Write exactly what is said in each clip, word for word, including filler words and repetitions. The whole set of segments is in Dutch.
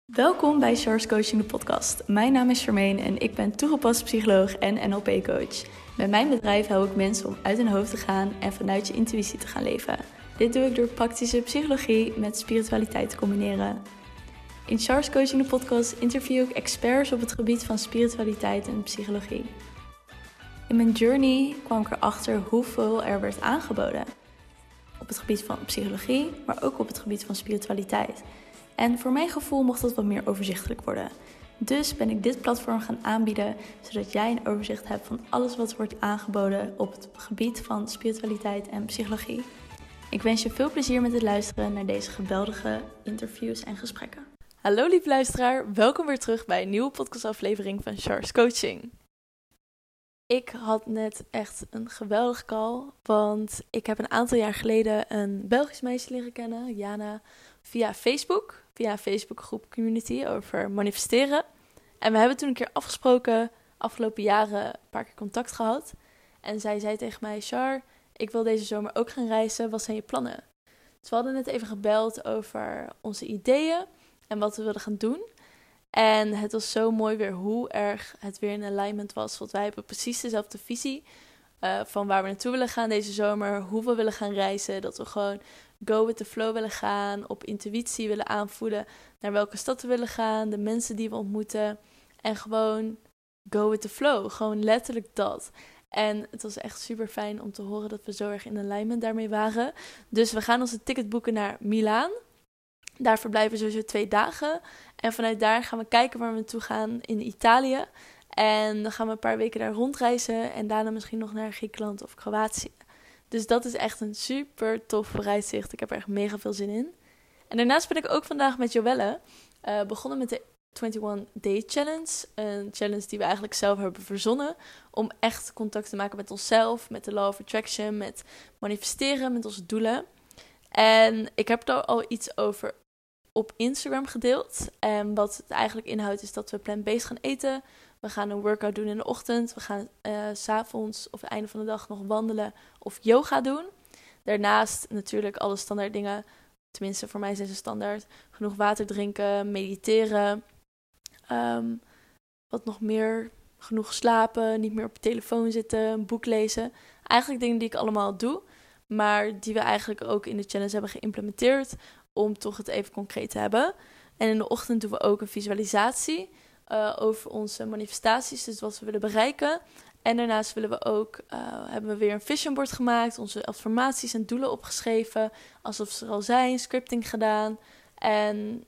Welkom bij Char's Coaching, de podcast. Mijn naam is Charmaine en ik ben toegepast psycholoog en N L P-coach. Met mijn bedrijf help ik mensen om uit hun hoofd te gaan en vanuit je intuïtie te gaan leven. Dit doe ik door praktische psychologie met spiritualiteit te combineren. In Char's Coaching, de podcast, interview ik experts op het gebied van spiritualiteit en psychologie. In mijn journey kwam ik erachter hoeveel er werd aangeboden. Op het gebied van psychologie, maar ook op het gebied van spiritualiteit. En voor mijn gevoel mocht dat wat meer overzichtelijk worden. Dus ben ik dit platform gaan aanbieden, zodat jij een overzicht hebt van alles wat wordt aangeboden op het gebied van spiritualiteit en psychologie. Ik wens je veel plezier met het luisteren naar deze geweldige interviews en gesprekken. Hallo lieve luisteraar, welkom weer terug bij een nieuwe podcastaflevering van Char's Coaching. Ik had net echt een geweldige call, want ik heb een aantal jaar geleden een Belgisch meisje leren kennen, Jana, via Facebook, via een Facebookgroep community over manifesteren. En we hebben toen een keer afgesproken, afgelopen jaren een paar keer contact gehad. En zij zei tegen mij, Char, ik wil deze zomer ook gaan reizen, wat zijn je plannen? Dus we hadden net even gebeld over onze ideeën en wat we wilden gaan doen. En het was zo mooi weer hoe erg het weer in alignment was. Want wij hebben precies dezelfde visie uh, van waar we naartoe willen gaan deze zomer. Hoe we willen gaan reizen. Dat we gewoon go with the flow willen gaan. Op intuïtie willen aanvoelen naar welke stad we willen gaan. De mensen die we ontmoeten. En gewoon go with the flow. Gewoon letterlijk dat. En het was echt super fijn om te horen dat we zo erg in alignment daarmee waren. Dus we gaan onze ticket boeken naar Milaan. Daar verblijven we sowieso twee dagen. En vanuit daar gaan we kijken waar we naartoe gaan in Italië. En dan gaan we een paar weken daar rondreizen. En daarna misschien nog naar Griekenland of Kroatië. Dus dat is echt een super tof vooruitzicht. Ik heb er echt mega veel zin in. En daarnaast ben ik ook vandaag met Joelle uh, begonnen met de eenentwintig Day Challenge. Een challenge die we eigenlijk zelf hebben verzonnen. Om echt contact te maken met onszelf. Met de Law of Attraction. Met manifesteren. Met onze doelen. En ik heb daar al iets over op Instagram gedeeld. En wat het eigenlijk inhoudt is dat we plant-based gaan eten. We gaan een workout doen in de ochtend. We gaan uh, 's avonds of het einde van de dag nog wandelen of yoga doen. Daarnaast natuurlijk alle standaard dingen. Tenminste, voor mij zijn ze standaard. Genoeg water drinken, mediteren. Um, wat nog meer? Genoeg slapen, niet meer op je telefoon zitten, een boek lezen. Eigenlijk dingen die ik allemaal doe. Maar die we eigenlijk ook in de challenge hebben geïmplementeerd. Om toch het even concreet te hebben. En in de ochtend doen we ook een visualisatie. Uh, over onze manifestaties. Dus wat we willen bereiken. En daarnaast willen we ook, uh, hebben we weer een vision board gemaakt. Onze affirmaties en doelen opgeschreven. Alsof ze er al zijn. Scripting gedaan. En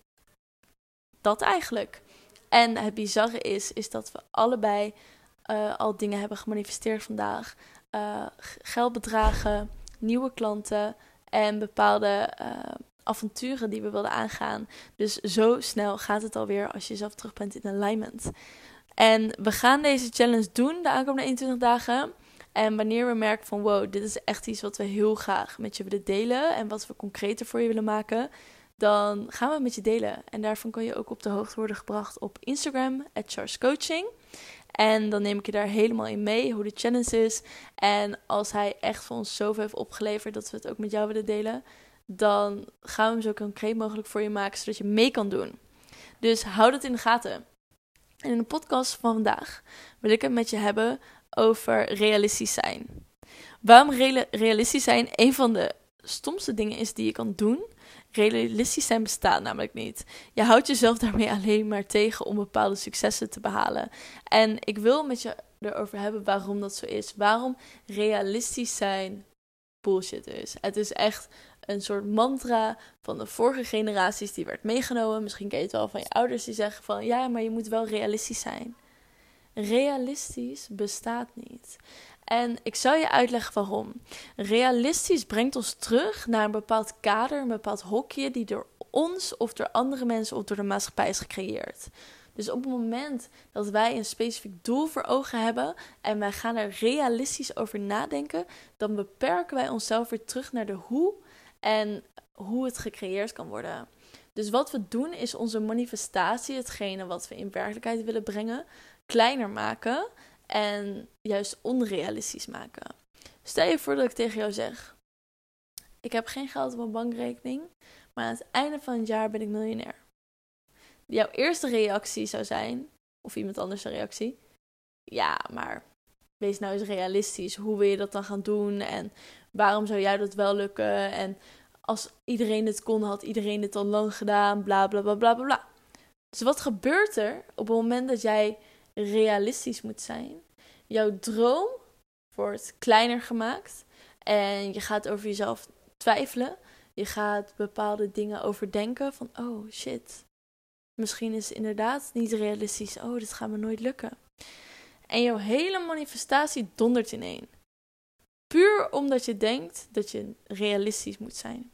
dat eigenlijk. En het bizarre is, is dat we allebei uh, al dingen hebben gemanifesteerd vandaag. Uh, geldbedragen, nieuwe klanten en bepaalde uh, avonturen die we wilden aangaan. Dus zo snel gaat het alweer als je zelf terug bent in alignment. En we gaan deze challenge doen de aankomende eenentwintig dagen. En wanneer we merken van wow, dit is echt iets wat we heel graag met je willen delen. En wat we concreter voor je willen maken. Dan gaan we het met je delen. En daarvan kan je ook op de hoogte worden gebracht op Instagram, at Char's Coaching. En dan neem ik je daar helemaal in mee, hoe de challenge is. En als hij echt voor ons zoveel heeft opgeleverd dat we het ook met jou willen delen, dan gaan we hem zo concreet mogelijk voor je maken, zodat je mee kan doen. Dus hou dat in de gaten. En in de podcast van vandaag wil ik het met je hebben over realistisch zijn. Waarom reali- realistisch zijn een van de stomste dingen is die je kan doen. Realistisch zijn bestaat namelijk niet. Je houdt jezelf daarmee alleen maar tegen om bepaalde successen te behalen. En ik wil met je erover hebben waarom dat zo is. Waarom realistisch zijn bullshit is. Het is echt een soort mantra van de vorige generaties die werd meegenomen. Misschien ken je het wel van je ouders die zeggen van ja, maar je moet wel realistisch zijn. Realistisch bestaat niet. En ik zal je uitleggen waarom. Realistisch brengt ons terug naar een bepaald kader, een bepaald hokje die door ons of door andere mensen of door de maatschappij is gecreëerd. Dus op het moment dat wij een specifiek doel voor ogen hebben en wij gaan er realistisch over nadenken, dan beperken wij onszelf weer terug naar de hoe en hoe het gecreëerd kan worden. Dus wat we doen is onze manifestatie, hetgene wat we in werkelijkheid willen brengen, kleiner maken en juist onrealistisch maken. Stel je voor dat ik tegen jou zeg, ik heb geen geld op mijn bankrekening, maar aan het einde van het jaar ben ik miljonair. jouw eerste reactie zou zijn, of iemand anders een reactie, ja, maar wees nou eens realistisch. Hoe wil je dat dan gaan doen? En waarom zou jou dat wel lukken? En als iedereen het kon, had iedereen het al lang gedaan. Bla, bla, bla, bla, bla. Dus wat gebeurt er op het moment dat jij realistisch moet zijn? Jouw droom wordt kleiner gemaakt. En je gaat over jezelf twijfelen. Je gaat bepaalde dingen overdenken. Van, oh shit. Misschien is het inderdaad niet realistisch. Oh, dit gaat me nooit lukken. En jouw hele manifestatie dondert ineen. Puur omdat je denkt dat je realistisch moet zijn.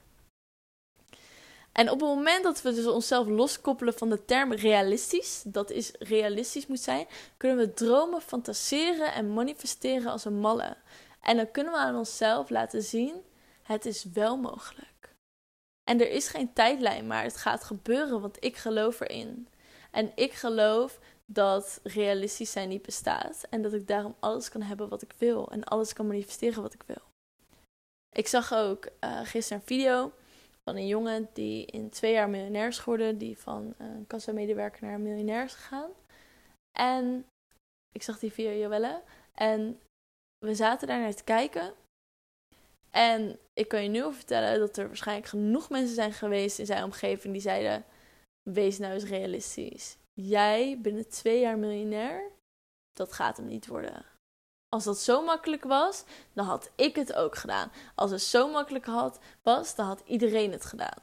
En op het moment dat we dus onszelf loskoppelen van de term realistisch, dat is realistisch moet zijn, kunnen we dromen, fantaseren en manifesteren als een malle. En dan kunnen we aan onszelf laten zien, het is wel mogelijk. En er is geen tijdlijn, maar het gaat gebeuren, want ik geloof erin. En ik geloof dat realistisch zijn niet bestaat. En dat ik daarom alles kan hebben wat ik wil. En alles kan manifesteren wat ik wil. Ik zag ook uh, gisteren een video van een jongen die in twee jaar miljonair is geworden. Die van een uh, kassamedewerker naar een miljonair is gegaan. En ik zag die video, Joelle. En we zaten daar naar te kijken. En ik kan je nu al vertellen dat er waarschijnlijk genoeg mensen zijn geweest in zijn omgeving die zeiden, wees nou eens realistisch. Jij binnen twee jaar miljonair, dat gaat hem niet worden. Als dat zo makkelijk was, dan had ik het ook gedaan. Als het zo makkelijk had, was, dan had iedereen het gedaan.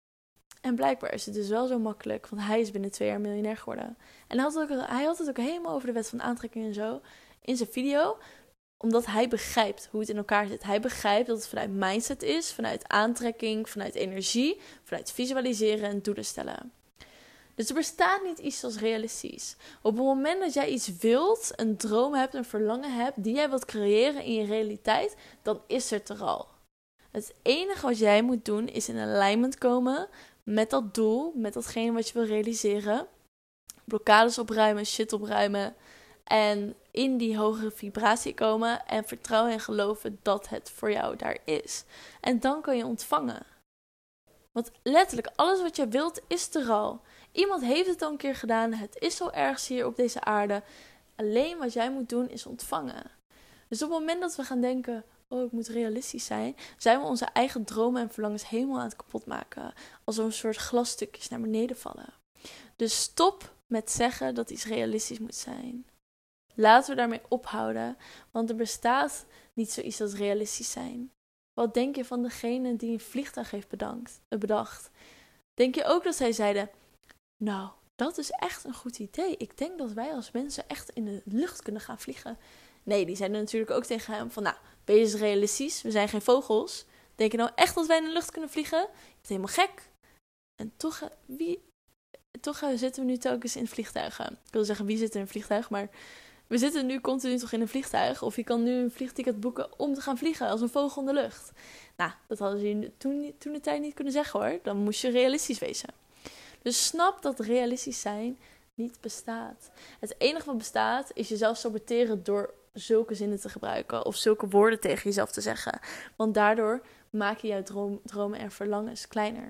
En blijkbaar is het dus wel zo makkelijk, want hij is binnen twee jaar miljonair geworden. En hij had het ook, hij had het ook helemaal over de wet van aantrekking en zo in zijn video, omdat hij begrijpt hoe het in elkaar zit. Hij begrijpt dat het vanuit mindset is, vanuit aantrekking, vanuit energie, vanuit visualiseren en doelen stellen. Dus er bestaat niet iets als realistisch. Op het moment dat jij iets wilt, een droom hebt, een verlangen hebt, die jij wilt creëren in je realiteit, dan is het er al. Het enige wat jij moet doen is in alignment komen met dat doel, met datgene wat je wil realiseren. Blokkades opruimen, shit opruimen en in die hogere vibratie komen en vertrouwen en geloven dat het voor jou daar is. En dan kan je ontvangen. Want letterlijk, alles wat je wilt is er al. Iemand heeft het al een keer gedaan. Het is al ergens hier op deze aarde. Alleen wat jij moet doen is ontvangen. Dus op het moment dat we gaan denken, oh, ik moet realistisch zijn, zijn we onze eigen dromen en verlangens helemaal aan het kapot maken. Als een soort glasstukjes naar beneden vallen. Dus stop met zeggen dat iets realistisch moet zijn. Laten we daarmee ophouden. Want er bestaat niet zoiets als realistisch zijn. Wat denk je van degene die een vliegtuig heeft bedankt, bedacht? Denk je ook dat zij zeiden, nou, dat is echt een goed idee. Ik denk dat wij als mensen echt in de lucht kunnen gaan vliegen. Nee, die zeiden natuurlijk ook tegen hem van, nou, wees realistisch. We zijn geen vogels. Denk je nou echt dat wij in de lucht kunnen vliegen? Je bent helemaal gek. En toch, wie, toch zitten we nu telkens in vliegtuigen. Ik wil zeggen, wie zit er in een vliegtuig, maar we zitten nu continu toch in een vliegtuig. Of je kan nu een vliegticket boeken om te gaan vliegen als een vogel in de lucht. Nou, dat hadden ze toen, toen de tijd niet kunnen zeggen hoor. Dan moest je realistisch wezen. Dus snap dat realistisch zijn niet bestaat. Het enige wat bestaat is jezelf saboteren door zulke zinnen te gebruiken. Of zulke woorden tegen jezelf te zeggen. Want daardoor maak je jouw droom, dromen en verlangens kleiner.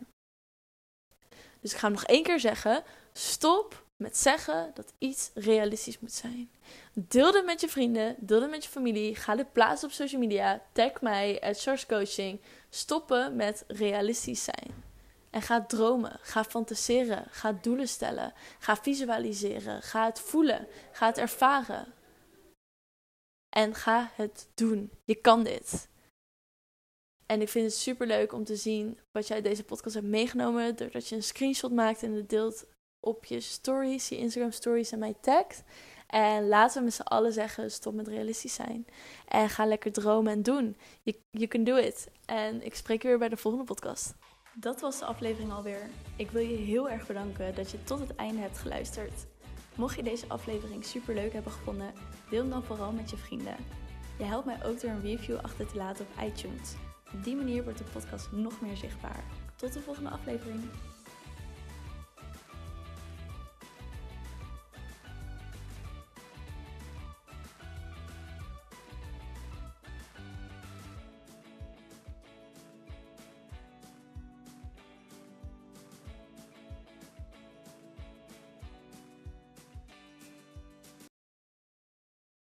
Dus ik ga hem nog één keer zeggen. Stop met zeggen dat iets realistisch moet zijn. Deel dit met je vrienden, deel dit met je familie. Ga dit plaatsen op social media. Tag mij, at Charles Coaching. Stoppen met realistisch zijn. En ga dromen, ga fantaseren, ga doelen stellen. Ga visualiseren, ga het voelen, ga het ervaren. En ga het doen. Je kan dit. En ik vind het super leuk om te zien wat jij uit deze podcast hebt meegenomen. Doordat je een screenshot maakt en het deelt op je stories, je Instagram stories en mij tagt. En laten we met z'n allen zeggen, stop met realistisch zijn. En ga lekker dromen en doen. You, you can do it. En ik spreek je weer bij de volgende podcast. Dat was de aflevering alweer. Ik wil je heel erg bedanken dat je tot het einde hebt geluisterd. Mocht je deze aflevering super leuk hebben gevonden, deel hem dan vooral met je vrienden. Je helpt mij ook door een review achter te laten op iTunes. Op die manier wordt de podcast nog meer zichtbaar. Tot de volgende aflevering.